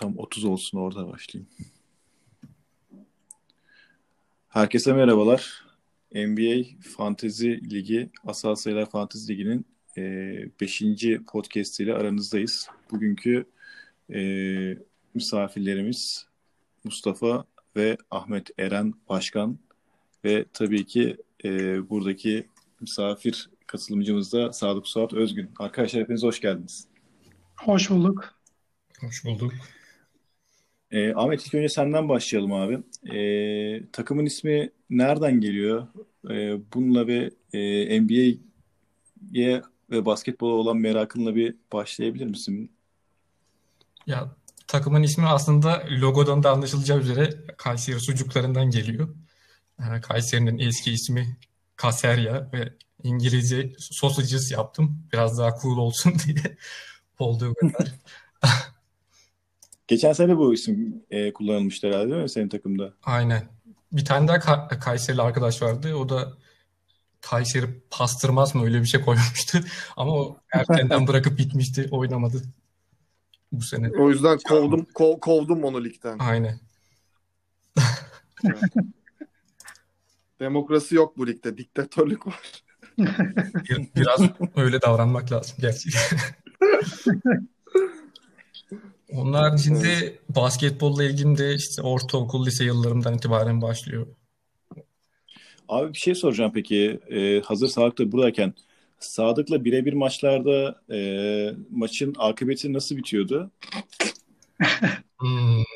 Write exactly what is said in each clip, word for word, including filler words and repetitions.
Tam otuz olsun orada başlayayım. Herkese merhabalar. N B A Fantezi Ligi, Asal Sayılar Fantezi Ligi'nin beşinci podcast ile aranızdayız. Bugünkü e, misafirlerimiz Mustafa ve Ahmet Eren Başkan ve tabii ki e, buradaki misafir katılımcımız da Sadık Suat Özgün. Arkadaşlar hepiniz hoş geldiniz. Hoş bulduk. Hoş bulduk. E, Ahmet ilk önce senden başlayalım abi. E, takımın ismi nereden geliyor? E, bununla ve e, N B A'ye ve basketbola olan merakınla bir başlayabilir misin? Ya takımın ismi aslında logodan da anlaşılacağı üzere Kayseri sucuklarından geliyor. Ee, Kayseri'nin eski ismi Kaserya ve İngilizce sausages yaptım. Biraz daha cool olsun diye olduğu kadar. Geçen sene bu isim e, kullanılmıştı herhalde değil mi senin takımda? Aynen. Bir tane daha Ka- Kayserili arkadaş vardı. O da Kayseri pastırmaz mı öyle bir şey koymuştu. Ama o erkenden bırakıp gitmişti. Oynamadı bu sene. O yüzden kovdum ko- kovdum onu ligden. Aynen. Demokrasi yok bu ligde. Diktatörlük var. Bir- Biraz öyle davranmak lazım gerçekten. Onun haricinde Evet. basketbolla ilgim de işte ortaokul, lise yıllarımdan itibaren başlıyor. Abi bir şey soracağım peki. E, hazır Sadık da buradayken Sadık'la birebir maçlarda e, maçın akıbeti nasıl bitiyordu? Hmm.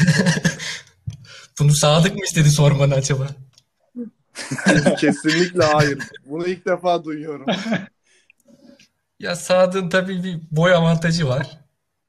Bunu Sadık mı istedi sormanı acaba? Kesinlikle hayır. Bunu ilk defa duyuyorum. Ya Sadık'ın tabii bir boy avantajı var.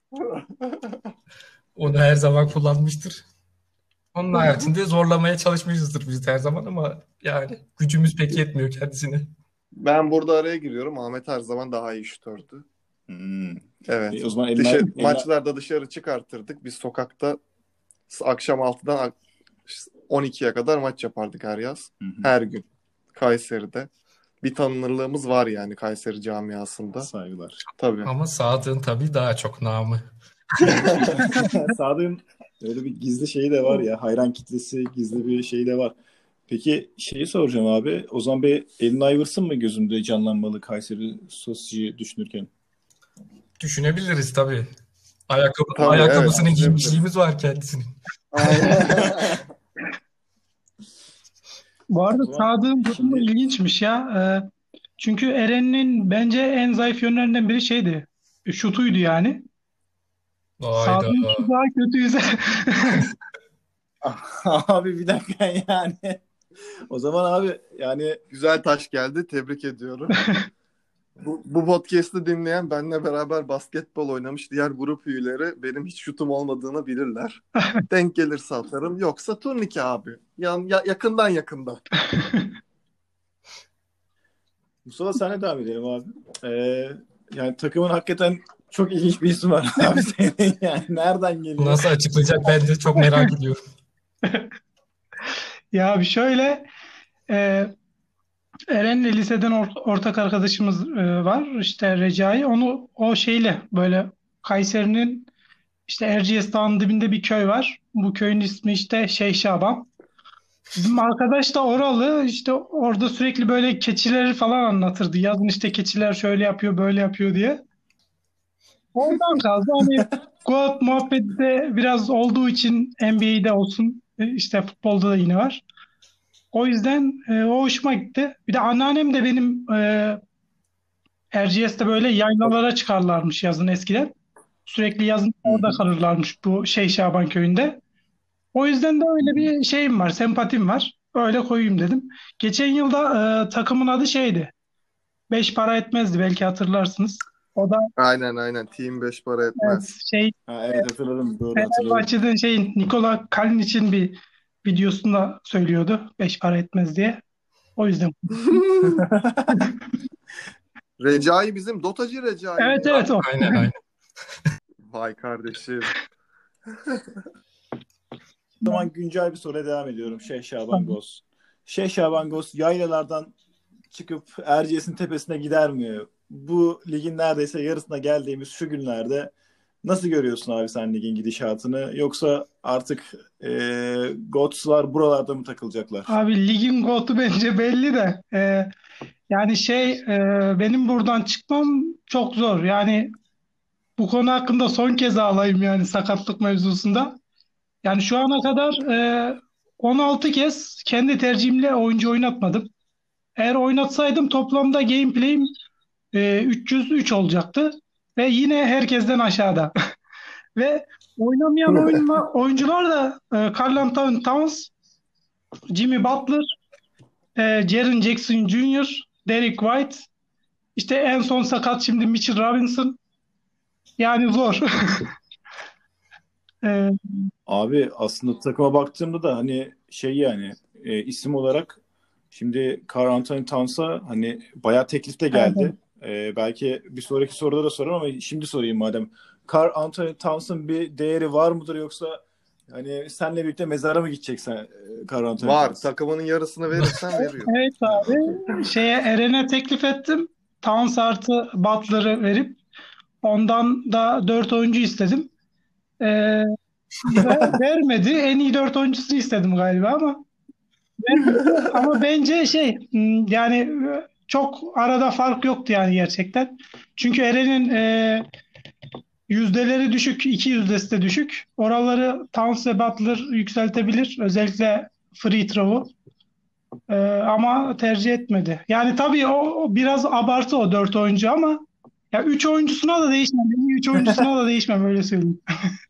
Onu her zaman kullanmıştır. Onun haricinde zorlamaya çalışmışızdır biz de her zaman ama yani gücümüz pek yetmiyor kendisine. Ben burada araya giriyorum. Ahmet her zaman daha iyi şutördü. Hmm. Evet. E, o zaman Dışarı, eline, eline... maçlarda dışarı çıkartırdık. Biz sokakta akşam altıdan on ikiye kadar maç yapardık her yaz. Hı hı. Her gün. Kayseri'de. Bir tanınırlığımız var yani Kayseri camiasında. Saygılar. Tabii. Ama Sadık'ın tabii daha çok namı. Sadık'ın öyle bir gizli şeyi de var ya, hayran kitlesi gizli bir şeyi de var. Peki şeyi soracağım abi. O zaman bir Allen Iverson mı gözümde canlanmalı Kayseri Sosyi'yi düşünürken? Düşünebiliriz tabii. Ayakkabı, Tabii, ayakkabısını evet, giymişliğimiz var kendisinin. Bu arada O zaman Sadık'ın durumu şimdi- ilginçmiş ya. Ee, çünkü Eren'in bence en zayıf yönlerinden biri şeydi. Şutuydu yani. Hayda. Sadık'ın şutu daha kötüyse. Abi bir dakika yani. O zaman abi yani Güzel taş geldi. Tebrik ediyorum. Bu, bu podcast'ı dinleyen benimle beraber basketbol oynamış diğer grup üyeleri benim hiç şutum olmadığını bilirler. Denk gelirse atarım. Yoksa turnike abi. Yan, ya- yakından yakından. Mustafa senle devam edelim abi. Ee, yani takımın hakikaten çok ilginç bir ismi var abi senin yani. Nereden Bu geliyor? nasıl açıklayacak ben de çok merak ediyorum. Ya bir şöyle e, Eren'le liseden or- ortak arkadaşımız e, var. İşte Recai. Onu o şeyle böyle Kayseri'nin işte Erciyes Dağı'nın dibinde bir köy var. Bu köyün ismi işte Şeyh Şaban. Bizim arkadaş da oralı işte orada sürekli böyle keçileri falan anlatırdı. Yazın işte keçiler şöyle yapıyor böyle yapıyor diye. Oradan kaldı. Hani Goat muhabbeti de biraz olduğu için N B A'de olsun e, işte futbolda da yine var. O yüzden e, o hoşuma gitti. Bir de anneannem de benim e, Erciyes'te böyle yaylalara çıkarlarmış yazın eskiden. Sürekli yazın orada kalırlarmış bu şey Şaban köyünde. O yüzden de öyle bir şeyim var, sempatim var. Öyle koyayım dedim. Geçen yılda e, takımın adı şeydi. Beş para etmezdi belki hatırlarsınız. O da Aynen aynen. Team beş para evet, etmez. şey Ha, evet hatırladım. Doğru hatırladım. Fenerbahçe'de şey Nikola Kalinic'in bir videosunda söylüyordu. Beş para etmez diye. O yüzden. Recai bizim Dotacı Recai. Evet evet o. Aynen aynen. Vay kardeşim. O zaman güncel bir soruya devam ediyorum. Şeyh Şaban Goz. Şeyh Şaban Goz yaylalardan çıkıp Erciyes'in tepesine gider mi? Bu ligin neredeyse yarısına geldiğimiz şu günlerde Nasıl görüyorsun abi sen ligin gidişatını? Yoksa artık e, Goats'lar buralarda mı takılacaklar? Abi ligin GOAT'u bence belli de e, yani şey e, benim buradan çıkmam çok zor. Yani bu konu hakkında son kez ağlayayım yani sakatlık mevzusunda. Yani şu ana kadar e, on altı kez kendi tercihimle oyuncu oynatmadım. Eğer oynatsaydım toplamda gameplay'im e, üç yüz üç olacaktı ve yine herkesten aşağıda. Ve oynamayan oyunla, oyuncular da e, Karl Anthony Towns, Jimmy Butler, e, Jaren Jackson Junior, Derek White, işte en son sakat şimdi Mitchell Robinson. Yani zor. E, Abi aslında takıma baktığımda da hani şey yani e, isim olarak şimdi Karl Anthony Towns'a hani bayağı teklif de evet, evet. geldi. E, belki bir sonraki soruda da sorarım ama şimdi sorayım madem. Karl Anthony Towns'ın bir değeri var mıdır yoksa hani senle birlikte mezara mı gideceksin e, Karl Anthony Var. Towns? Takımının yarısını verirsen veriyor. Evet abi. Şeye Eren'e teklif ettim. Towns artı Butler'ı verip ondan da dört oyuncu istedim. E, ve vermedi. En iyi dört oyuncusu istedim galiba ama vermedi. Ama bence şey hmm, yani e, çok arada fark yoktu yani gerçekten. Çünkü Eren'in e, yüzdeleri düşük, iki yüzdesi de düşük. Oraları Towns ve Butler yükseltebilir. Özellikle free throw'u. Ee, ama tercih etmedi. Yani tabii o, o biraz abartı o dört oyuncu ama ya üç oyuncusuna da değişmem. Benim üç oyuncusuna da değişmem öyle söyleyeyim.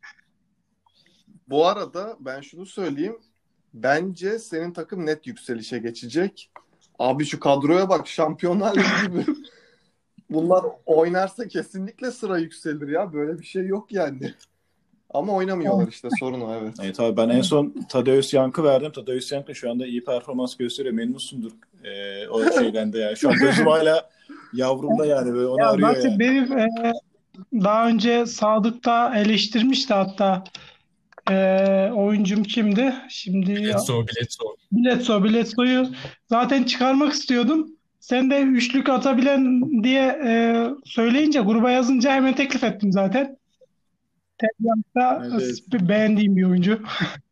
Bu arada ben şunu söyleyeyim. Bence senin takım net yükselişe geçecek. Abi şu kadroya bak, Şampiyonlar Ligi gibi. Bunlar oynarsa kesinlikle sıra yükselir ya. Böyle bir şey yok yani. Ama oynamıyorlar işte, sorun o, evet. Evet abi ben en son Tadeusz Yank'ı verdim. Tadeusz Yank da şu anda iyi performans gösteriyor. Memnunsundur e, o şeyden de yani. Şu an gözüm hala yavrumda yani böyle onu Ya arıyor zaten yani. benim e, daha önce Sadık'ta eleştirmişti hatta e, oyuncum kimdi? Şimdi Bledsoe, Bledsoe. Bledsoe, Bledsoe'yu zaten çıkarmak istiyordum. Sen de üçlük atabilen diye e, söyleyince gruba yazınca hemen teklif ettim zaten. Tezgahta Evet, beğendiğim bir oyuncu.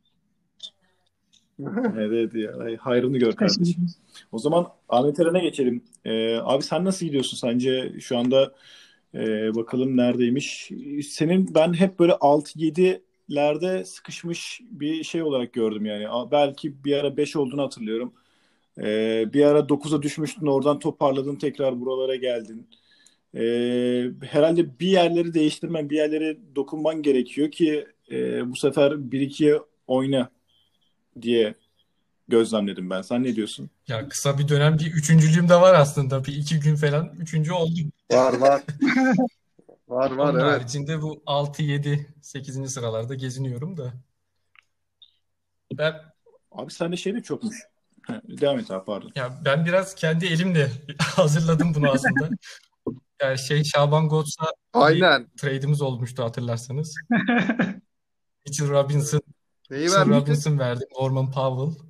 evet ya. Hay- Hayrını gör Teşekkür kardeşim. ederim. O zaman Ahmet Eren'e geçelim. E, abi sen nasıl gidiyorsun sence şu anda e, bakalım neredeymiş? Senin ben hep böyle altı yedilerde sıkışmış bir şey olarak gördüm yani. A- Belki bir ara beş olduğunu hatırlıyorum. Ee, bir ara dokuza düşmüştün, oradan toparladın, tekrar buralara geldin. Ee, herhalde bir yerleri değiştirmen, bir yerlere dokunman gerekiyor ki e, bu sefer bir ikiye oyna diye gözlemledim ben. Sen ne diyorsun? Ya kısa bir dönem bir üçüncülüğüm de var aslında. Bir iki gün falan üçüncü oldum. Var var. Var var, Onun evet. haricinde bu altı yedi sekizinci sıralarda geziniyorum da. Ben Abi sen de şey de çokmuş. Ha, devam et abi pardon. ya ben biraz kendi elimle hazırladım bunu aslında. Yani şey Şaban Gots'la bir Aynen. trade'imiz olmuştu hatırlarsanız. Mitchell Robinson, Neyi Mitchell vermiştin? Robinson verdim. Norman Powell.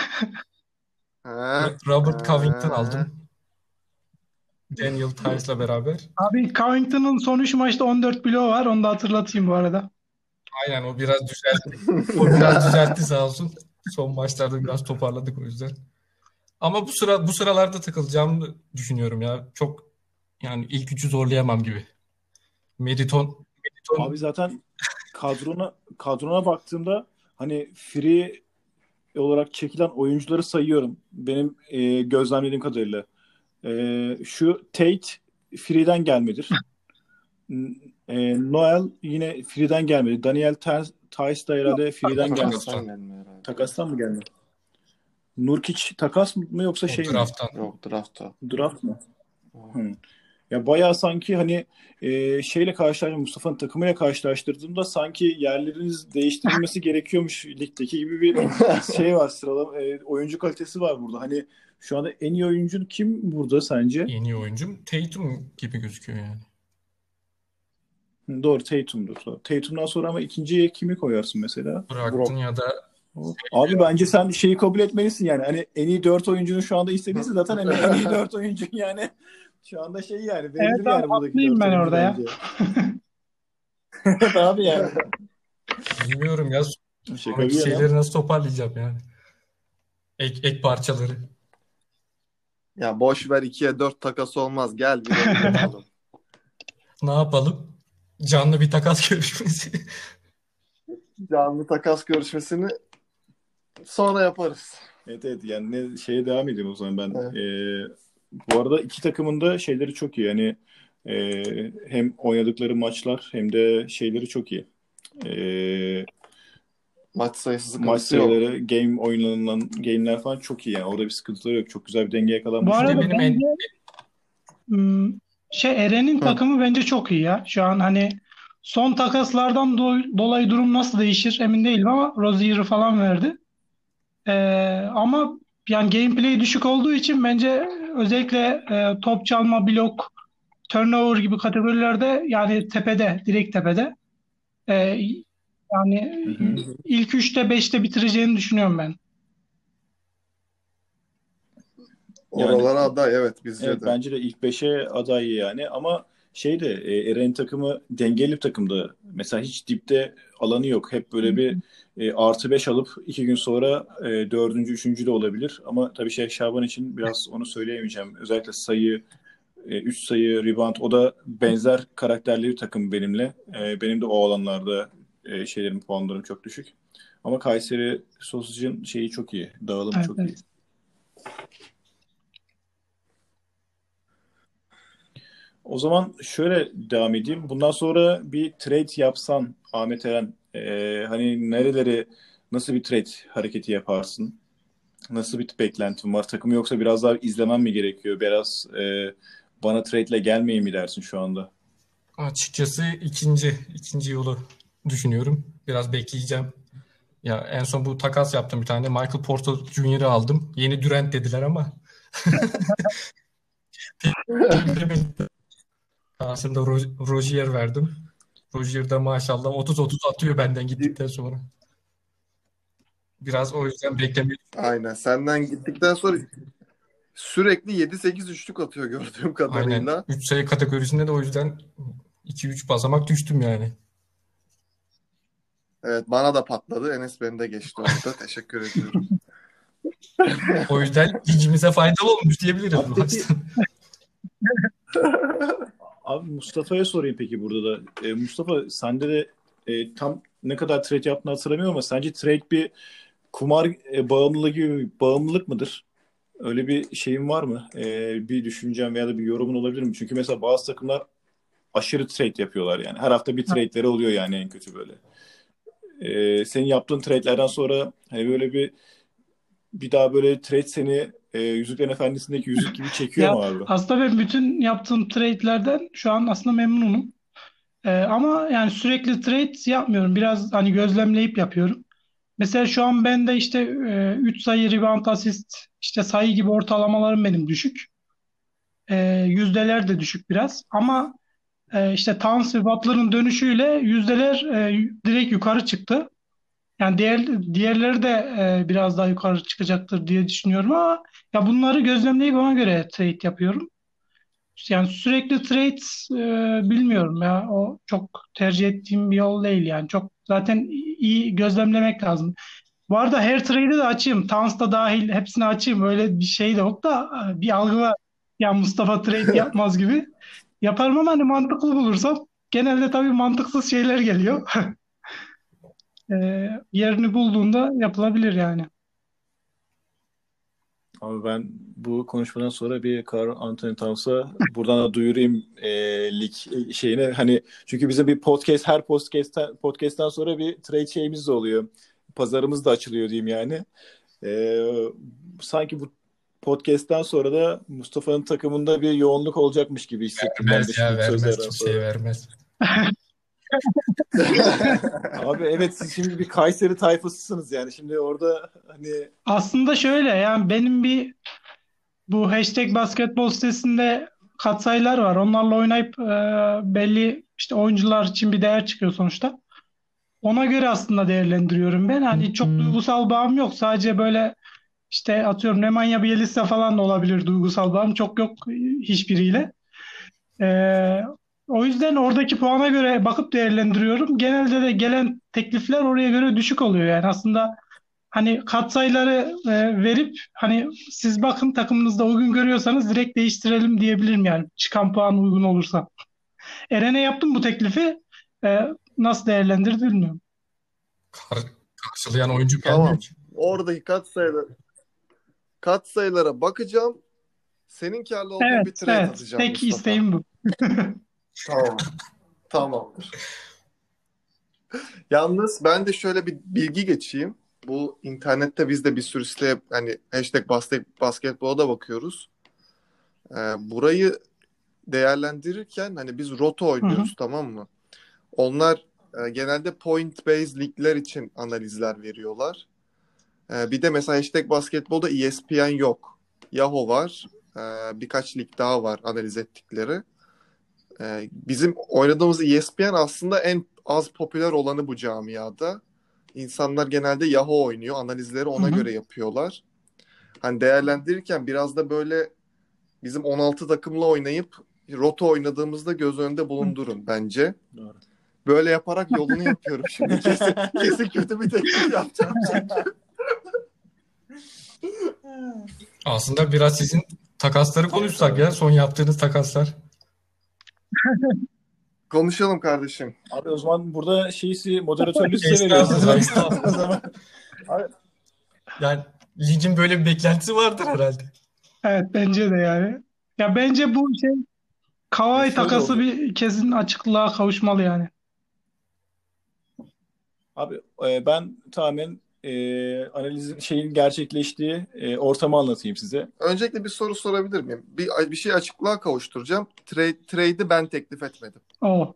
Ha, Robert Covington ha. aldım. Daniel Tice'la beraber. Abi Covington'ın son üç maçta on dört bloğu var. Onu da hatırlatayım bu arada. Aynen o biraz düzeltti. O biraz düzeltti sağ olsun. Son maçlarda biraz toparladık o yüzden. Ama bu sıra bu sıralarda takılacağımı düşünüyorum ya. Çok yani ilk üçü zorlayamam gibi. Meriton Abi Meriton zaten kadrona kadrona baktığımda hani free olarak çekilen oyuncuları sayıyorum. Benim e, gözlemlediğim kadarıyla. E, şu Tate Free'den gelmedir. N- e, Noel yine Free'den gelmedi. Daniel Ter- Tice da herhalde Free'den gelmedi. Takastan gelmiyor herhalde. Takastan mı geldi? Nurkic takas mı yoksa o şey mi? draft'tan. Yok, draftta. Draft mı? Hı. Ya bayağı sanki hani e, şeyle karşılaştırdığım Mustafa'nın takımıyla karşılaştırdığımda sanki yerleriniz değiştirilmesi gerekiyormuş ligdeki gibi bir şey var, sıralama e, oyuncu kalitesi var burada. Hani şu anda en iyi oyuncun kim burada sence? En iyi oyuncum Tatum gibi gözüküyor yani. Hı, doğru, Tatum'dur. Doğru. Tatum'dan sonra ama ikinciye kimi koyarsın mesela? Brockton ya da Abi bence sen şeyi kabul etmelisin yani. Hani en iyi dört oyuncunun şu anda istediyse zaten en, en iyi dört oyuncun yani. Şu anda şey yani Evet bellidir abi yani buradaki haklıyım dört ben oyuncu orada ya. bence. Abi yani. Bilmiyorum ya. Şaka Sonraki bir yana. şeyleri nasıl toparlayacağım yani. Ek, ek parçaları. Ya boş ver, ikiye dört takas olmaz. Gel bir oyun yapalım. Ne yapalım? Canlı bir takas görüşmesi. Canlı takas görüşmesini sonra yaparız. Evet evet yani ne, şeye devam edeyim o zaman ben. Evet. Ee, bu arada iki takımın da şeyleri çok iyi. Yani e, hem oynadıkları maçlar hem de şeyleri çok iyi. Ee, Maç sayısı maç sıkıntısı yok. sayıları, game oynanan game'ler falan çok iyi yani. Orada bir sıkıntıları yok. Çok güzel bir denge Bu yakalanmış Bir de arada orada. benim en bence hmm, şey Eren'in Hı. takımı bence çok iyi ya. Şu an hani son takaslardan do- dolayı durum nasıl değişir emin değilim ama Rozier'i falan verdi. Ee, ama yani gameplay düşük olduğu için bence özellikle e, top çalma, blok, turnover gibi kategorilerde yani tepede, direkt tepede. Ee, yani Hı hı. ilk üçte beşte bitireceğini düşünüyorum ben. Yani Oralara aday, evet, bizce evet de. bence de ilk beşe aday yani ama şey de e, Eren takımı dengeli bir takımdı. Mesela hiç dipte alanı yok. Hep böyle bir e, artı beş alıp iki gün sonra e, dördüncü, üçüncü de olabilir. Ama tabii şey Şaban için biraz onu söyleyemeyeceğim. Özellikle sayı, e, üç sayı, rebound o da benzer karakterli bir takım benimle. E, benim de o alanlarda e, şeylerim, puanlarım çok düşük. Ama Kayseri Sausage şeyi çok iyi. Dağılımı Evet, çok iyi. evet. O zaman şöyle devam edeyim. Bundan sonra bir trade yapsan Ahmet Eren, e, hani nereleri nasıl bir trade hareketi yaparsın? Nasıl bir beklentin var? Takımı yoksa biraz daha izlemem mi gerekiyor? Biraz e, bana trade'le gelmeyin mi dersin şu anda? açıkçası ikinci ikinci yolu düşünüyorum. Biraz bekleyeceğim. Ya en son bu takas yaptım bir tane. Michael Porter Junior'ı aldım. Yeni Durant dediler ama aslında Ro- Rozier verdim. Rozier de maşallah otuz otuz atıyor benden gittikten sonra. Biraz o yüzden beklemeyi Aynen. Senden gittikten sonra sürekli yedi sekiz üçlük atıyor gördüğüm aynen kadarıyla. üç sayı kategorisinde de o yüzden iki üç basamak düştüm yani. Evet, bana da patladı. Enes beni de geçti orada. Teşekkür ediyorum. O yüzden ligimize faydalı olmuş diyebiliriz Abi bu peki açıdan. abi Mustafa'ya sorayım peki burada da. E, Mustafa sende de e, tam ne kadar trade yaptığını hatırlamıyorum ama sence trade bir kumar e, bağımlılığı gibi bir bağımlılık mıdır? Öyle bir şeyin var mı? Ee, bir düşüncen veya da bir yorumun olabilir mi? Çünkü mesela bazı takımlar aşırı trade yapıyorlar yani. Her hafta bir trade'leri oluyor yani en kötü böyle. Ee, senin yaptığın trade'lerden sonra hani böyle bir bir daha böyle trade seni e, Yüzüklerin Efendisi'ndeki yüzük gibi çekiyor mu Ya abi? aslında ben bütün yaptığım trade'lerden şu an aslında memnunum. Ee, ama yani sürekli trade yapmıyorum. Biraz hani gözlemleyip yapıyorum. Mesela şu an bende işte e, üç sayı, rebound, asist, işte sayı gibi ortalamalarım benim düşük. E, yüzdeler de düşük biraz. Ama e, işte Towns ve Butler'ın dönüşüyle yüzdeler e, direkt yukarı çıktı. Yani diğer diğerleri de e, biraz daha yukarı çıkacaktır diye düşünüyorum ama ya bunları gözlemleyip ona göre trade yapıyorum. Yani sürekli trade e, bilmiyorum ya o çok tercih ettiğim bir yol değil yani çok zaten iyi gözlemlemek lazım. Bu arada her trade'i de açayım. Towns da dahil hepsini açayım. Öyle bir şey de yok da e, bir algı var. Ya Mustafa trade yapmaz gibi. Yaparım ama hani mantıklı bulursam. Genelde tabii mantıksız şeyler geliyor. E, yerini bulduğunda yapılabilir yani. Abi ben bu konuşmadan sonra bir Karl Anthony Towns'a buradan da duyurayım e, lig şeyine. Hani çünkü bizim bir podcast her podcast'ten, podcast'ten sonra bir trade şeyimiz de oluyor. Pazarımız da açılıyor diyeyim yani. Ee, sanki bu podcast'ten sonra da Mustafa'nın takımında bir yoğunluk olacakmış gibi hissettim ben de Vermez şimdi ya bu vermez. sözlerden Kimseye sonra. vermez. Abi evet siz şimdi bir Kayseri tayfasısınız yani. Şimdi orada hani Aslında şöyle yani benim bir bu hashtag basketbol sitesinde katsayılar var. Onlarla oynayıp e, belli işte oyuncular için bir değer çıkıyor sonuçta. Ona göre aslında değerlendiriyorum ben. Hani çok duygusal bağım yok. Sadece böyle işte atıyorum Nemanja Bjelica falan da olabilir duygusal bağım. Çok yok hiçbiriyle. Ee, O yüzden oradaki puana göre bakıp değerlendiriyorum. Genelde de gelen teklifler oraya göre düşük oluyor. Yani aslında hani katsayıları e, verip hani siz bakın takımınızda uygun görüyorsanız direkt değiştirelim diyebilirim yani. Çıkan puan uygun olursa. Eren'e yaptım bu teklifi. E, nasıl değerlendirdi bilmiyorum. Kar- karşılayan oyuncu gelmiyor Tamam. ki. Oradaki katsayılar, katsayılara bakacağım. Senin karlı olduğun Evet, bir trade evet. atacağım Tek Mustafa. isteğim bu. Tamam. Tamamdır. Yalnız ben de şöyle bir bilgi geçeyim. Bu internette biz de bir sürü siteye hani hashtag basket, basketbola da bakıyoruz. Ee, burayı değerlendirirken hani biz roto Hı hı. oynuyoruz, tamam mı? Onlar e, genelde point based ligler için analizler veriyorlar. E, bir de mesela hashtag basketbolda E S P N yok. Yahoo var. E, birkaç lig daha var analiz ettikleri. E, bizim oynadığımız E S P N aslında en az popüler olanı bu camiada. İnsanlar genelde Yahoo oynuyor. Analizleri Hı ona hı. göre yapıyorlar. Hani değerlendirirken biraz da böyle bizim on altı takımla oynayıp roto oynadığımızda göz önünde bulundurun bence. Doğru. Böyle yaparak yolunu yapıyorum şimdi. Kesin, kesin kötü bir teklif yapacağım çünkü. Aslında biraz sizin takasları konuşsak ya. Son yaptığınız takaslar. Konuşalım kardeşim. Abi o zaman burada şeysi moderatörlüğü size veriyorum. Estağfurullah, estağfurullah. O zaman abi, Yani ligin böyle bir beklentisi vardır herhalde. Evet, bence de yani. Ya bence bu şey ya Kawhi şöyle takası oldu. bir kesin açıklığa kavuşmalı yani. Abi e, ben tamamen e, analizin şeyin gerçekleştiği e, ortamı anlatayım size. Öncelikle bir soru sorabilir miyim? Bir, bir şey açıklığa kavuşturacağım. Trade, trade'i ben teklif etmedim. O.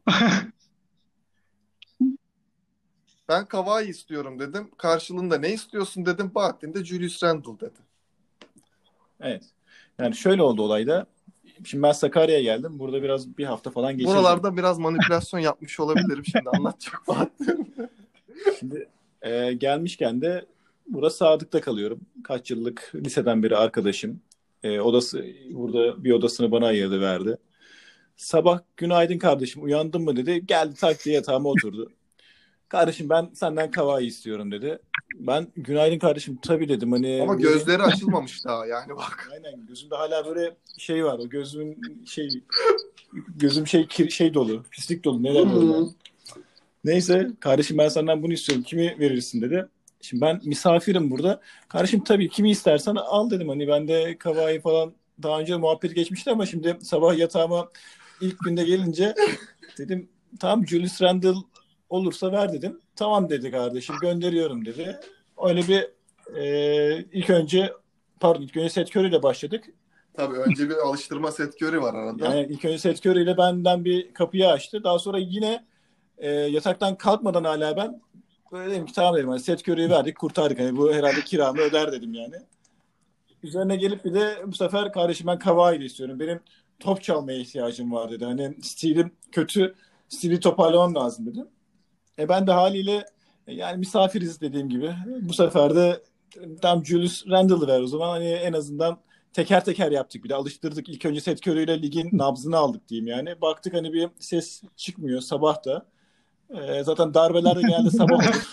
Ben Kawhi istiyorum dedim. Karşılığında ne istiyorsun dedim. Bahattin de Julius Randle dedi. Evet. Yani şöyle oldu olayda. Şimdi ben Sakarya'ya geldim. Burada biraz bir hafta falan geçirdim. Buralarda biraz manipülasyon yapmış olabilirim. Şimdi anlatacak Bahattin. Şimdi e, gelmişken de burada Sadık'ta kalıyorum. Kaç yıllık liseden beri arkadaşım. E, odası burada bir odasını bana ayırdı verdi. Sabah günaydın kardeşim uyandın mı dedi. Geldi tak diye yatağıma oturdu. Kardeşim ben senden Kavai istiyorum dedi. Ben günaydın kardeşim tabii dedim. Hani Ama böyle gözleri açılmamış daha yani bak. aynen gözümde hala böyle şey var. O gözümün şey gözüm şey kir- şey dolu. Pislik dolu. Ne derler ona? Neyse kardeşim ben senden bunu istiyorum. Kimi verirsin dedi. Şimdi ben misafirim burada. Kardeşim tabii kimi istersen al dedim. Hani ben de Kavai falan daha önce muhabbet geçmişti ama şimdi sabah yatağıma ilk günde gelince dedim tamam Julius Randle olursa ver dedim. Tamam dedi kardeşim gönderiyorum dedi. Öyle bir e, ilk önce pardon ilk önce Seth Curry ile başladık. Tabii önce bir alıştırma Seth Curry var arada. Yani ilk önce Seth Curry ile benden bir kapıyı açtı. Daha sonra yine e, yataktan kalkmadan hala ben böyle dedim ki tamam dedim. Hani Seth Curry'yi verdik kurtardık. Hani bu herhalde kiramı öder dedim yani. Üzerine gelip bir de bu sefer kardeşim ben Kavai'yi istiyorum. Benim top çalmaya ihtiyacım var dedi. Hani stilim kötü. Stili toparlamam lazım dedim. E ben de haliyle e, yani misafiriz dediğim gibi. Bu sefer de tam Julius Randle'ı ver o zaman. Hani en azından teker teker yaptık bir de alıştırdık. İlk önce Seth Curry ile ligin nabzını aldık diyeyim yani. Baktık hani bir ses çıkmıyor sabah da. E, zaten darbeler de genelde sabah olur.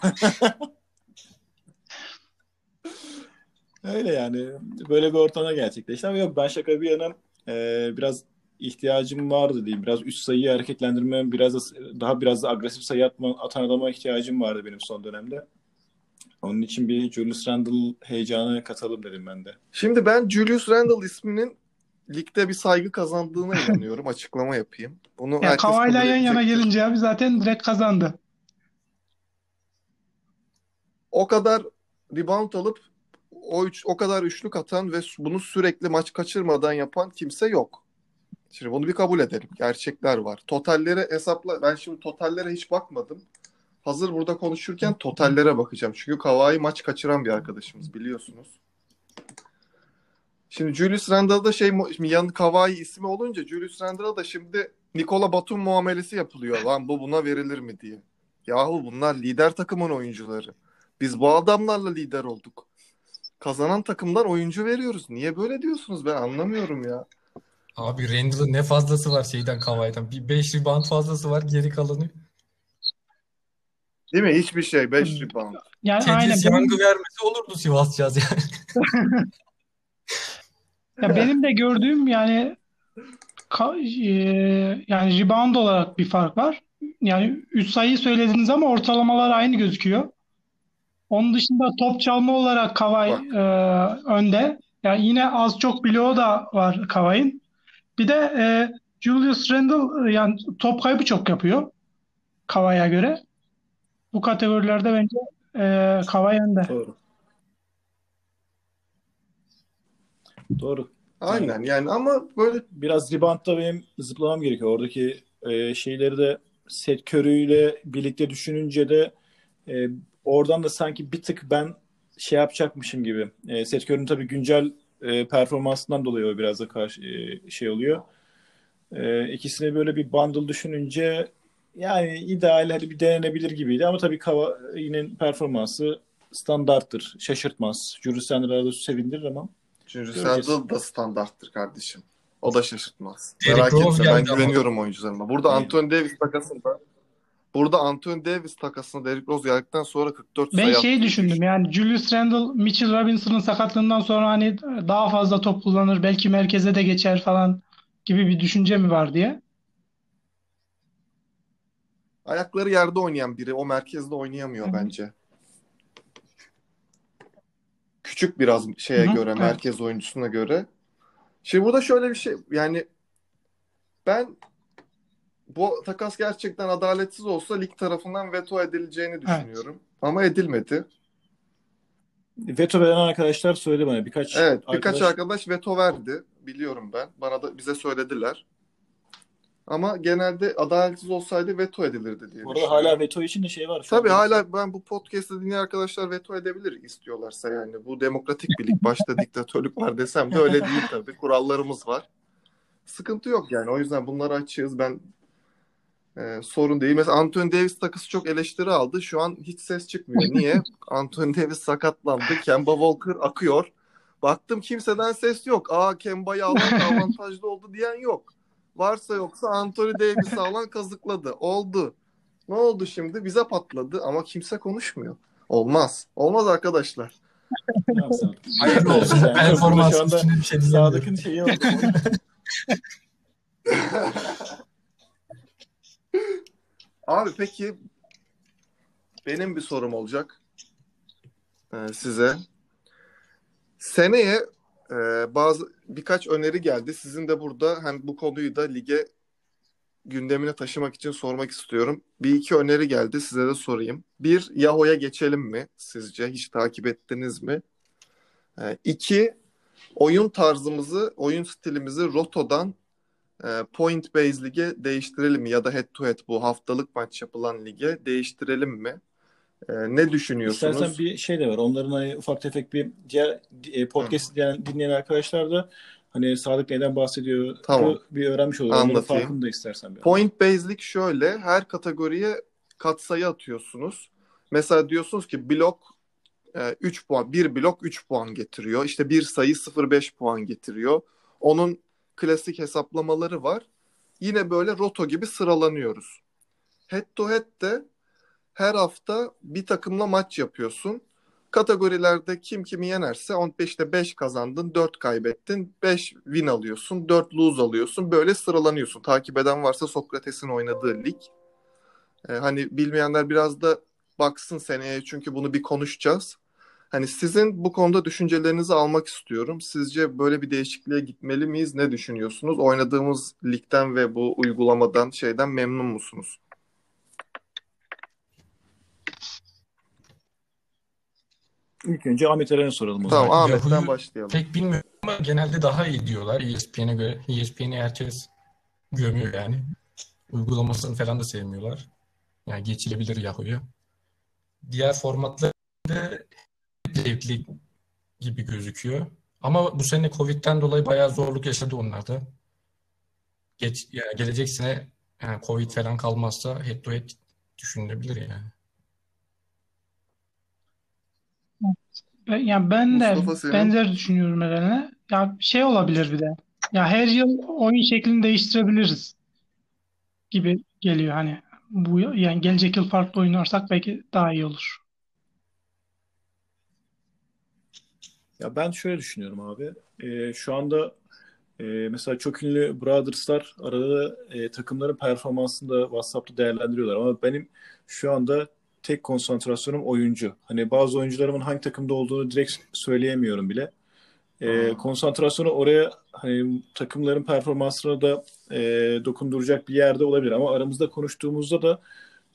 Öyle yani. Böyle bir ortama gerçekleşti. Ama yok ben şaka bir yana e, biraz ihtiyacım vardı diyeyim. Biraz üst sayıyı hareketlendirme, biraz da, daha biraz da agresif sayı atma, atan adama ihtiyacım vardı benim son dönemde. Onun için bir Julius Randle heyecanı katalım dedim ben de. Şimdi ben Julius Randle isminin ligde bir saygı kazandığına inanıyorum. Açıklama yapayım. Bunu Ya herkes Kawhi'la kabul yan yana edecektir. gelince abi zaten direkt kazandı. O kadar rebound alıp o üç, o kadar üçlük atan ve bunu sürekli maç kaçırmadan yapan kimse yok. Şimdi bunu bir kabul edelim. Gerçekler var. Totallere hesapla. Ben şimdi totallere hiç bakmadım. Hazır burada konuşurken totallere bakacağım. Çünkü Kawhi maç kaçıran bir arkadaşımız biliyorsunuz. Şimdi Julius Randle'da şey şimdi yan Kawhi ismi olunca Julius Randle'a da şimdi Nikola Batum muamelesi yapılıyor. Lan bu buna verilir mi diye. Yahu bunlar lider takımın oyuncuları. Biz bu adamlarla lider olduk. Kazanan takımdan oyuncu veriyoruz. Niye böyle diyorsunuz? Ben anlamıyorum ya. Abi Randall'ın ne fazlası var şeyden Kawhi'den. Bir beş rebound fazlası var, geri kalanı. Değil mi? Hiçbir şey. Beş rebound. Yani aynen Thaddeus Young'ı benim vermesi olurdu Sivas Jazz yani. ya benim de gördüğüm yani ka- e, yani rebound olarak bir fark var. Yani üç sayıyı söylediniz ama ortalamalar aynı gözüküyor. Onun dışında top çalma olarak Kawhi Bak. e, önde. Yani yine az çok bloğu da var Kawhi'nin. Bir de e, Julius Randle e, yani top kaybı çok yapıyor Kawhi'ye göre. Bu kategorilerde bence e, Kawhi önde. Doğru. Doğru. Yani Aynen yani ama böyle biraz reboundda benim zıplamam gerekiyor. Oradaki e, şeyleri de Seth Curry ile birlikte düşününce de e, oradan da sanki bir tık ben şey yapacakmışım gibi. E, Seth Curry'nin tabii güncel e, performansından dolayı o biraz da karşı e, şey oluyor. E, ikisini böyle bir bundle düşününce yani ideal hadi bir denenebilir gibiydi ama tabii Kawhi'nin performansı standarttır. Şaşırtmaz. Julius Randle'ı da sevindirir ama çünkü göreceğiz. Sandal da standarttır kardeşim. O da şaşırtmaz. Derrick Merak Rose etme ben geldi ama. güveniyorum oyuncularıma. Burada Aynen. Anthony Davis takasında burada Anthony Davis takasında Derrick Rose geldikten sonra kırk dört Ben sayı şeyi attığını düşündüm düşün. yani Julius Randle, Mitchell Robinson'ın sakatlığından sonra hani daha fazla top kullanır, belki merkeze de geçer falan gibi bir düşünce mi var diye. Ayakları yerde oynayan biri o merkezde Hı oynayamıyor hı. bence. Küçük biraz Hı şeye hı, göre, evet. merkez oyuncusuna göre. Şimdi burada şöyle bir şey yani ben bu takas gerçekten adaletsiz olsa lig tarafından veto edileceğini Evet. düşünüyorum. Ama edilmedi. Veto veren arkadaşlar söyledi bana. Birkaç Evet, birkaç arkadaş arkadaş veto verdi. Biliyorum ben. Bana da bize söylediler. Ama genelde adaletsiz olsaydı veto edilirdi diye bu arada hala düşünüyorum. veto için de şey var. Şu Tabii anda hala ben bu podcast'ı dinleyen arkadaşlar veto edebilir istiyorlarsa yani. Bu demokratik bir lig. Başta diktatörlük var desem de öyle değil tabii. Kurallarımız var. Sıkıntı yok yani. O yüzden bunları açığız. Ben e, sorun değil. Mesela Anthony Davis takısı çok eleştiri aldı. Şu an hiç ses çıkmıyor. Niye? Anthony Davis sakatlandı. Kemba Walker akıyor. Baktım kimseden ses yok. Aa Kemba'yı alan da avantajlı oldu diyen yok. Varsa yoksa Anthony Davis'i alan kazıkladı. Oldu. Ne oldu şimdi? Bize patladı ama kimse konuşmuyor. Olmaz. Olmaz arkadaşlar. tamam Sadık. Hayırlı olsun. Yani burada şu Performans anda üstüne bir şey Sadık'ın diyemiyorum. şeyi oldu. Abi peki benim bir sorum olacak e, size. Seneye e, bazı birkaç öneri geldi. Sizin de burada hem bu konuyu da lige gündemine taşımak için sormak istiyorum. Bir iki öneri geldi size de sorayım. Bir, Yahoo'ya geçelim mi sizce? Hiç takip ettiniz mi? E, iki, oyun tarzımızı, oyun stilimizi Roto'dan e, Point Based Lig'e değiştirelim mi? Ya da head to head bu haftalık maç yapılan lige değiştirelim mi? E, ne İstersen düşünüyorsunuz? bir şey de var. Onların hani ufak tefek bir diğer e, Hı, podcast dinleyen, dinleyen arkadaşlar da hani Sadık neden bahsediyor tamam, bir öğrenmiş olur. Onların anlatayım. farkını da istersen bir anlat. Point Based Lig şöyle, her kategoriye katsayı atıyorsunuz. Mesela diyorsunuz ki blok e, üç puan, bir blok üç puan getiriyor. İşte bir sayı sıfır virgül beş puan getiriyor. Onun klasik hesaplamaları var. Yine böyle roto gibi sıralanıyoruz. Head to head de her hafta bir takımla maç yapıyorsun. Kategorilerde kim kimi yenerse on beşte beş kazandın, dört kaybettin, beş win alıyorsun, dört lose alıyorsun. Böyle sıralanıyorsun. Takip eden varsa Sokrates'in oynadığı lig. Ee, hani bilmeyenler biraz da baksın seneye çünkü bunu bir konuşacağız. Hani sizin bu konuda düşüncelerinizi almak istiyorum. Sizce böyle bir değişikliğe gitmeli miyiz? Ne düşünüyorsunuz? Oynadığımız ligden ve bu uygulamadan şeyden memnun musunuz? İlk önce Ahmet Eren'e soralım o Tamam, zaman. Ahmet'ten Yahoo'yu başlayalım. pek bilmiyorum ama genelde daha iyi diyorlar E S P N'e göre. E S P N'yi herkes gömüyor yani. Uygulamasını falan da sevmiyorlar. Yani geçilebilir Yahoo'ya. Diğer formatlar da zevkli gibi gözüküyor. Ama bu sene Covid'den dolayı bayağı zorluk yaşadı onlar da. Geç, yani gelecek sene yani Covid falan kalmazsa head to head düşünülebilir yani. Ben- Yani ben de Mustafa senin benzer düşünüyorum Eren'le. Ya şey olabilir bir de. Ya her yıl oyun şeklini değiştirebiliriz gibi geliyor hani. Bu yani gelecek yıl farklı oynarsak belki daha iyi olur. Ya ben şöyle düşünüyorum abi. Ee, şu anda e, mesela çok ünlü Brothers'lar arada e, takımların performansını da WhatsApp'ta değerlendiriyorlar. Ama benim şu anda tek konsantrasyonum oyuncu. Hani bazı oyuncularımın hangi takımda olduğunu direkt söyleyemiyorum bile. E, Hmm. konsantrasyonu oraya hani takımların performansına da e, dokunduracak bir yerde olabilir. Ama aramızda konuştuğumuzda da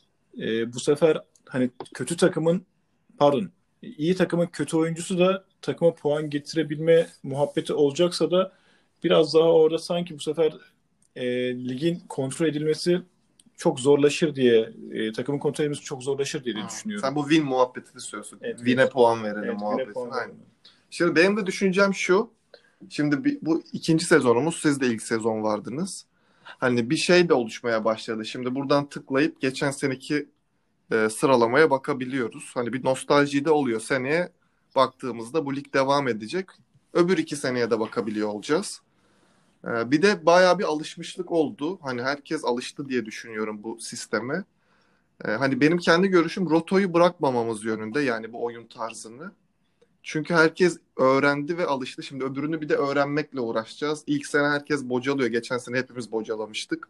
e, bu sefer hani kötü takımın pardon iyi takımın kötü oyuncusu da takıma puan getirebilme muhabbeti olacaksa da biraz daha orada sanki bu sefer e, ligin kontrol edilmesi çok zorlaşır diye e, takımın kontrol edilmesi çok zorlaşır diye de Hmm. düşünüyorum. Sen bu win muhabbetini söylüyorsun. Evet, Win'e puan verelim evet, güne muhabbetini. puan Aynen. verme. Şimdi benim de düşüncem şu. Şimdi bir- bu ikinci sezonumuz. Siz de ilk sezon vardınız. Hani bir şey de oluşmaya başladı. Şimdi buradan tıklayıp geçen seneki e, sıralamaya bakabiliyoruz. Hani bir nostalji de oluyor. Seneye baktığımızda bu lig devam edecek. Öbür iki seneye de bakabiliyor olacağız. E, bir de bayağı bir alışmışlık oldu. Hani herkes alıştı diye düşünüyorum bu sisteme. E, hani benim kendi görüşüm rotoyu bırakmamamız yönünde, yani bu oyun tarzını. Çünkü herkes öğrendi ve alıştı. Şimdi öbürünü bir de öğrenmekle uğraşacağız. İlk sene herkes bocalıyor. Geçen sene hepimiz bocalamıştık.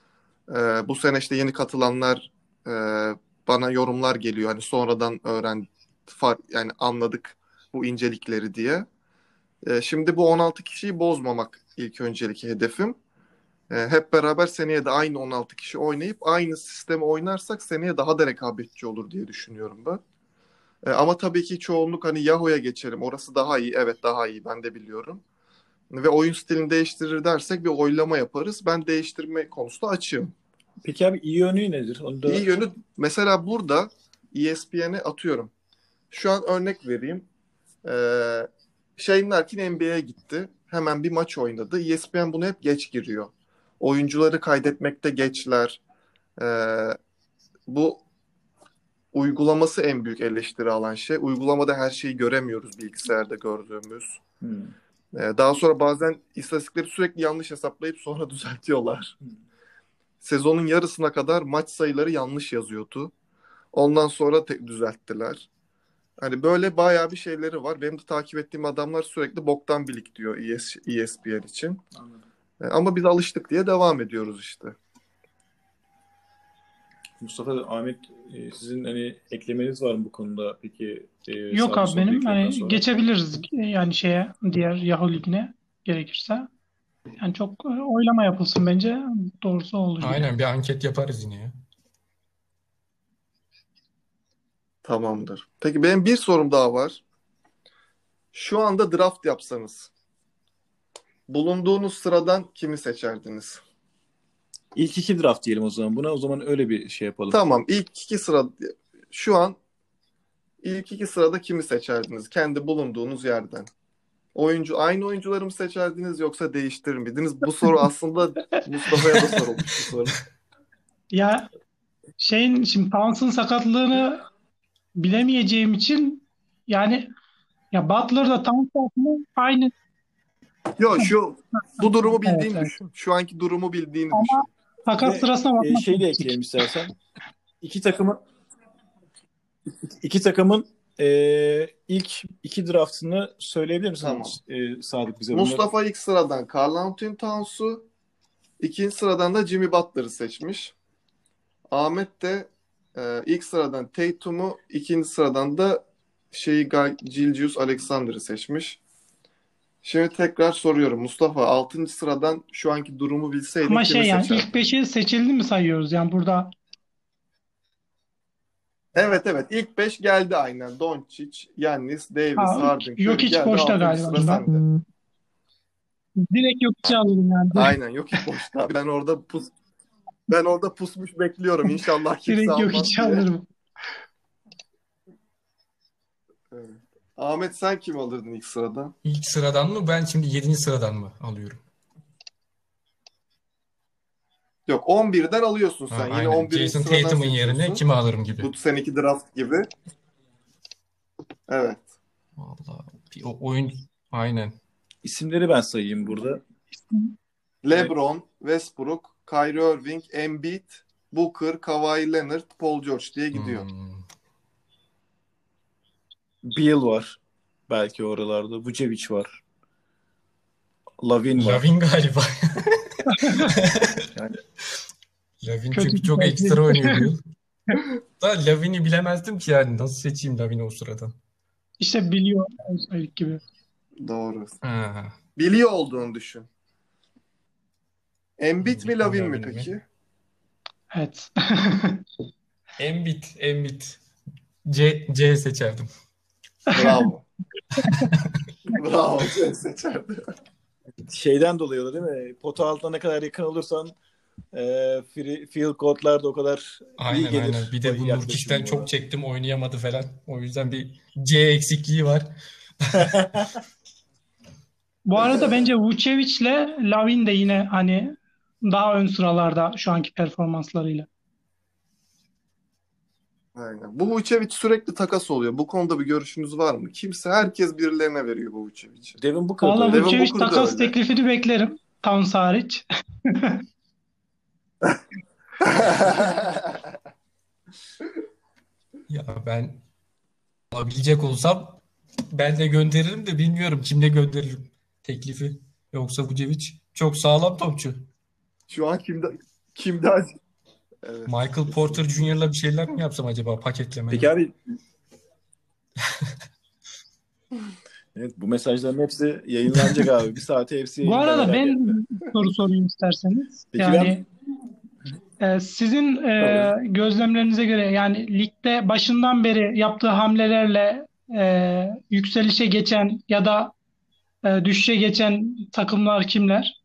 Ee, bu sene işte yeni katılanlar, e, bana yorumlar geliyor. Hani sonradan öğren, far, yani anladık bu incelikleri diye. Ee, şimdi bu on altı kişiyi bozmamak ilk öncelik hedefim. Ee, hep beraber seneye de aynı on altı kişi oynayıp aynı sistemi oynarsak seneye daha da rekabetçi olur diye düşünüyorum ben. Ee, ama tabii ki çoğunluk hani Yahoo'ya geçelim. Orası daha iyi. Evet, daha iyi. Ben de biliyorum. Ve oyun stilini değiştirir dersek bir oylama yaparız. Ben değiştirme konusunda açığım. Peki abi iyi yönü nedir? Onu da İyi yönü mesela burada E S P N'e atıyorum. Şu an örnek vereyim. Ee, Shane Larkin N B A'ye gitti. Hemen bir maç oynadı. E S P N bunu hep geç giriyor. Oyuncuları kaydetmekte geçler. Ee, Bu uygulaması en büyük eleştiri alan şey. Uygulamada her şeyi göremiyoruz bilgisayarda gördüğümüz. hmm. Ee, daha sonra bazen istatistikleri sürekli yanlış hesaplayıp sonra düzeltiyorlar. Hmm. Sezonun yarısına kadar maç sayıları yanlış yazıyordu. Ondan sonra te- düzelttiler. Hani böyle bayağı bir şeyleri var. Benim de takip ettiğim adamlar sürekli boktan bilik diyor E S, E S P N için. Anladım. E, Ama biz alıştık diye devam ediyoruz işte. Mustafa, Ahmet, e, sizin hani eklemeniz var mı bu konuda? Peki e, Yok Sadi abi son benim dediklerinden hani sonra. geçebiliriz yani şeye diğer Yahoo Ligi'ne gerekirse. Yani çok e, oylama yapılsın bence doğrusu olur gibi. Aynen bir anket yaparız yine ya. Tamamdır. Peki benim bir sorum daha var. Şu anda draft yapsanız bulunduğunuz sıradan kimi seçerdiniz? İlk iki draft diyelim o zaman buna. O zaman öyle bir şey yapalım. Tamam, ilk iki sıra şu an ilk iki sırada kimi seçerdiniz? Kendi bulunduğunuz yerden. Oyuncu aynı oyuncuları mı seçerdiniz yoksa değiştirir miydiniz? Bu soru aslında Mustafa'ya da sorulmuş bir soru. Ya şeyin şimdi Towns'ın sakatlığını bilemeyeceğim için yani ya Butler'da Towns aslında aynı. Yok, şu bu durumu Evet, bildiğini evet. düşün. Şu anki durumu bildiğini Ama düşün. takas Ve sırasına e, bakmak şey de gerekecek. ekleyelim istersen. İki takımın iki takımın e, ilk iki draftını söyleyebilir misin Tamam. e, Sadık bize bunları? Mustafa ilk sıradan Karl Anthony Towns'u, ikinci sıradan da Jimmy Butler'ı seçmiş. Ahmet de e, ilk sıradan Tatum'u, ikinci sıradan da şeyi Gilgeous Alexander'ı seçmiş. Şimdi tekrar soruyorum. Mustafa, altıncı sıradan şu anki durumu bilseydin Ama kimi şey yani seçerdin? ilk beşi seçildi mi sayıyoruz yani burada. Evet, evet, ilk beş geldi aynen. Doncic, Giannis, Davis, Ha, Harden, Curry Jokic geldi. boşta Altıncı galiba sıra şu an. sende. Direkt Jokic'i alırım yani. Aynen, yok hiç boşta. Ben orada pus ben orada pusmuş bekliyorum. İnşallah kimse Direkt almaz Jokic'i diye. alırım. Evet. Ahmet, sen kim alırdın ilk sırada? İlk sıradan mı? Ben şimdi yedinci sıradan mı alıyorum? Yok, on birden alıyorsun Ha, sen. Yine aynen. on birinci Jason sıradan Tatum'un yerine seçiyorsun. kimi alırım gibi. Bu seneki draft gibi. Evet. Vallahi bir o oyun aynen. İsimleri ben sayayım burada. Evet. LeBron, Westbrook, Kyrie Irving, Embiid, Booker, Kawhi Leonard, Paul George diye gidiyor. Hmm. Beal var. Belki oralarda. Vucevic var. Lavin var. Lavin galiba. Yani Lavin Kötü çünkü bir çok tercih. ekstra oynuyor bu yıl. Da Lavin'i bilemezdim ki yani. Nasıl seçeyim Lavin'i o sırada? İşte biliyor ilk gibi. Doğru. Ha. Biliyor olduğunu düşün. Embiid mi Embiid mi Lavin mi Lavin mi? peki? Evet. Embiid, Embiid. C, C seçerdim. Bravo. Bravo. C seçerdi. şeyden dolayı o da değil mi? Pota altına ne kadar yakın olursan e, free, field goal'lar da o kadar iyi Aynen aynen. gelir. Bir de bu Yaklaşım Nurkic'ten çok ona. çektim oynayamadı falan. O yüzden bir C eksikliği var. Bu arada bence Vucevic'le Lavin de yine hani daha ön sıralarda şu anki performanslarıyla. Aynen. Bu Vucevic sürekli takas oluyor. Bu konuda bir görüşünüz var mı? Kimse, herkes birilerine veriyor bu Vucevic'i. Devin Booker da Valla öyle. Devin Vucevic Booker da takas öyle. teklifini beklerim. Towns hariç. Ya ben alabilecek olsam ben de gönderirim de bilmiyorum kimle gönderirim teklifi. Yoksa Vucevic çok sağlam topçu. Şu an kimde kimde acı? Evet. Michael Porter Junior'la bir şeyler mi yapsam acaba paketlemeli? Peki abi evet, bu mesajların hepsi yayınlanacak abi. Bir saate hepsi Bu yayında, arada merak ben etme. bir soru sorayım isterseniz. Peki Yani ben e, sizin e, Tabii. gözlemlerinize göre yani ligde başından beri yaptığı hamlelerle e, yükselişe geçen ya da e, düşüşe geçen takımlar kimler?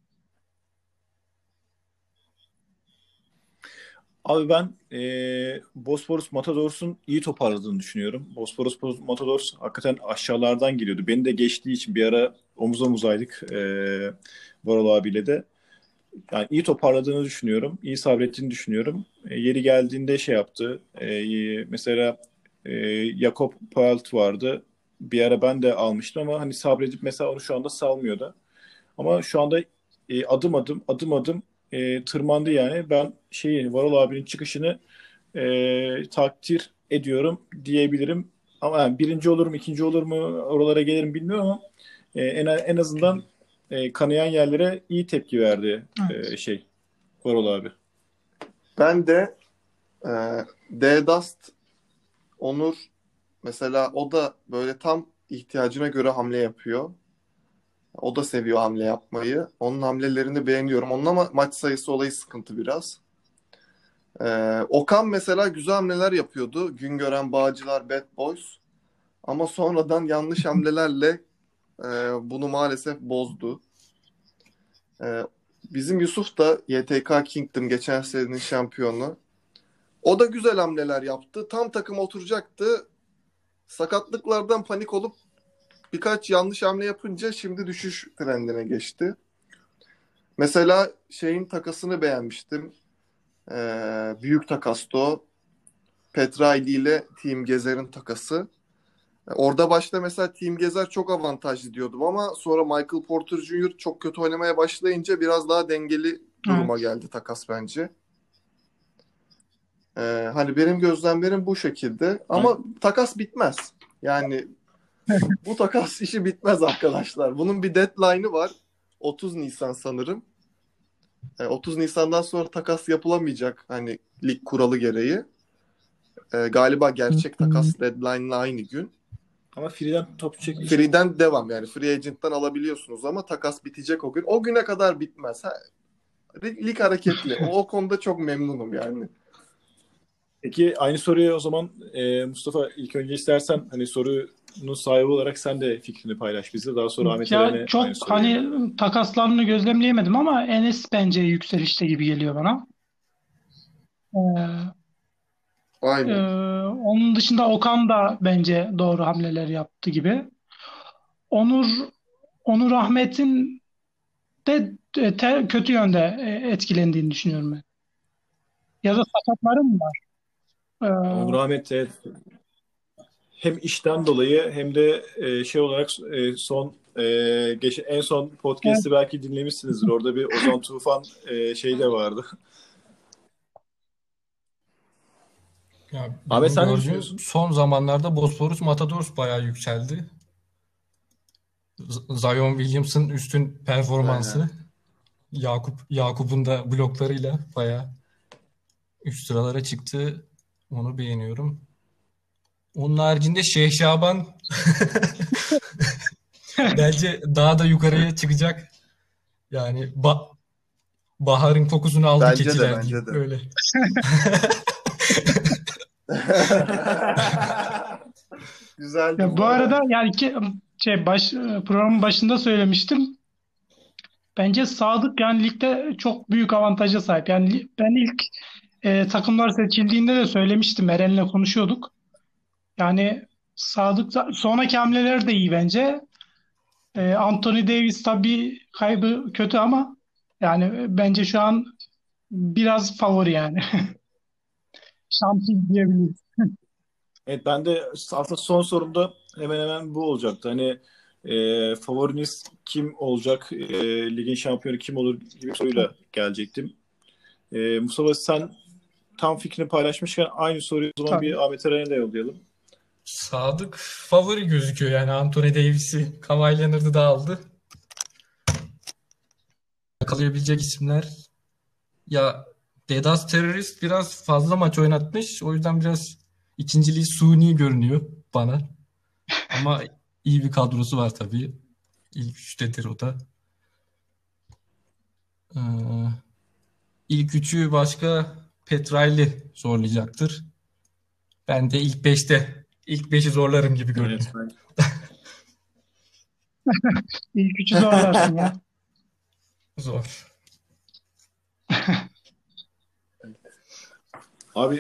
Abi ben e, Bosporus Matadors'un iyi toparladığını düşünüyorum. Bosporus Matadors hakikaten aşağılardan geliyordu. Beni de geçtiği için bir ara omuz omuzaydık e, Varol abiyle de. Yani iyi toparladığını düşünüyorum. İyi sabrettiğini düşünüyorum. E, yeri geldiğinde şey yaptı. E, mesela e, Jakob Poelt vardı. Bir ara ben de almıştım ama hani sabredip mesela onu şu anda salmıyordu. Ama şu anda e, adım adım adım adım e, tırmandı yani. Ben şeyi Varol abinin çıkışını e, takdir ediyorum diyebilirim. Ama yani birinci olur mu, ikinci olur mu, oralara gelirim bilmiyorum ama e, en en azından e, kanayan yerlere iyi tepki verdi Evet. e, şey Varol abi. Ben de e, D-Dust, Onur, mesela o da böyle tam ihtiyacına göre hamle yapıyor. O da seviyor hamle yapmayı. Onun hamlelerini beğeniyorum. Onun ama maç sayısı olayı sıkıntı biraz. Ee, Okan mesela güzel hamleler yapıyordu. Güngören, Bağcılar, Bad Boys. Ama sonradan yanlış hamlelerle e, bunu maalesef bozdu. Ee, bizim Yusuf da Y T K Kingdom geçen senenin şampiyonu. O da güzel hamleler yaptı. Tam takım oturacaktı. Sakatlıklardan panik olup birkaç yanlış hamle yapınca şimdi düşüş trendine geçti. Mesela şeyin takasını beğenmiştim. Ee, büyük takastı o. Petrali ile Team Gezer'in takası. Orada başta mesela Team Gezer çok avantajlı diyordum ama sonra Michael Porter Junior çok kötü oynamaya başlayınca biraz daha dengeli duruma Evet. geldi takas bence. Ee, hani benim gözlemlerim bu şekilde ama takas bitmez. Yani bu takas işi bitmez arkadaşlar. Bunun bir deadline'ı var. otuz Nisan sanırım. E, otuz Nisan'dan sonra takas yapılamayacak hani lig kuralı gereği. E, galiba gerçek takas deadline'la aynı gün. Ama Free'den topçu çekilişi Free'den devam, yani free agent'tan alabiliyorsunuz ama takas bitecek o gün. O güne kadar bitmez. Ha, lig hareketli. O, o konuda çok memnunum yani. Peki aynı soruyu o zaman e, Mustafa ilk önce istersen hani sorunun sahibi olarak sen de fikrini paylaş bizle. Daha sonra Ahmet Ya Eren'e aynı çok soruyu hani yöneltelim. takaslarını gözlemleyemedim ama Enes bence yükselişte gibi geliyor bana. Ee, e, Aynen. onun dışında Okan da bence doğru hamleler yaptı gibi. Onur Onur Ahmet'in de e, te- kötü yönde e, etkilendiğini düşünüyorum ben. Ya da sakatları mı var? Onur Ee, Ahmet evet, hem işten dolayı hem de e, şey olarak e, son e, geç, en son Evet. podcast'i belki dinlemişsinizdir. Orada bir Ozan Tufan e, şey de vardı. Ya Ahmet benim sen ne gördüğüm düşünüyorsun? son zamanlarda Bosphorus Matadors bayağı yükseldi. Z- Zion Williamson üstün Aynen. performansı, Yakup Yakup'un da bloklarıyla bayağı üst sıralara çıktı. Onu beğeniyorum. Onun haricinde Şeyh Şaban bence daha da yukarıya çıkacak. Yani ba- baharın kokusunu aldı Bence de keçiler diyeyim. bence de. Öyle. Güzeldi Ya bu bu arada. arada yani ki, şey baş programın başında söylemiştim. Bence Sadık yani ligde çok büyük avantaja sahip. Yani li- ben ilk e, takımlar seçildiğinde de söylemiştim. Eren'le konuşuyorduk. Yani Sadık da- sonraki hamleler de iyi bence. E, Anthony Davis tabii kaybı kötü ama yani bence şu an biraz favori yani. Şampiyon diyebiliriz. Evet, ben de aslında son sorumda hemen hemen bu olacaktı. Hani e, favoriniz kim olacak, e, ligin şampiyonu kim olur gibi bir soruyla gelecektim. E, Mustafa sen tam fikrini paylaşmışken aynı soruyu o zaman Tabii. bir Ahmet Eren'e de yollayalım. Sadık favori gözüküyor yani Anthony Davis'i, Kawhi Leonard'ı da aldı. Yakalayabilecek isimler ya Dedas Terörist biraz fazla maç oynatmış. O yüzden biraz ikinciliği suni görünüyor bana. Ama iyi bir kadrosu var tabii. İlk üçtedir o da. Ee, ilk üçü başka Petralli zorlayacaktır. Ben de ilk beşte ilk beşi zorlarım gibi görünüyor. Evet, ben İlk üçü zorlarsın ya. Zor.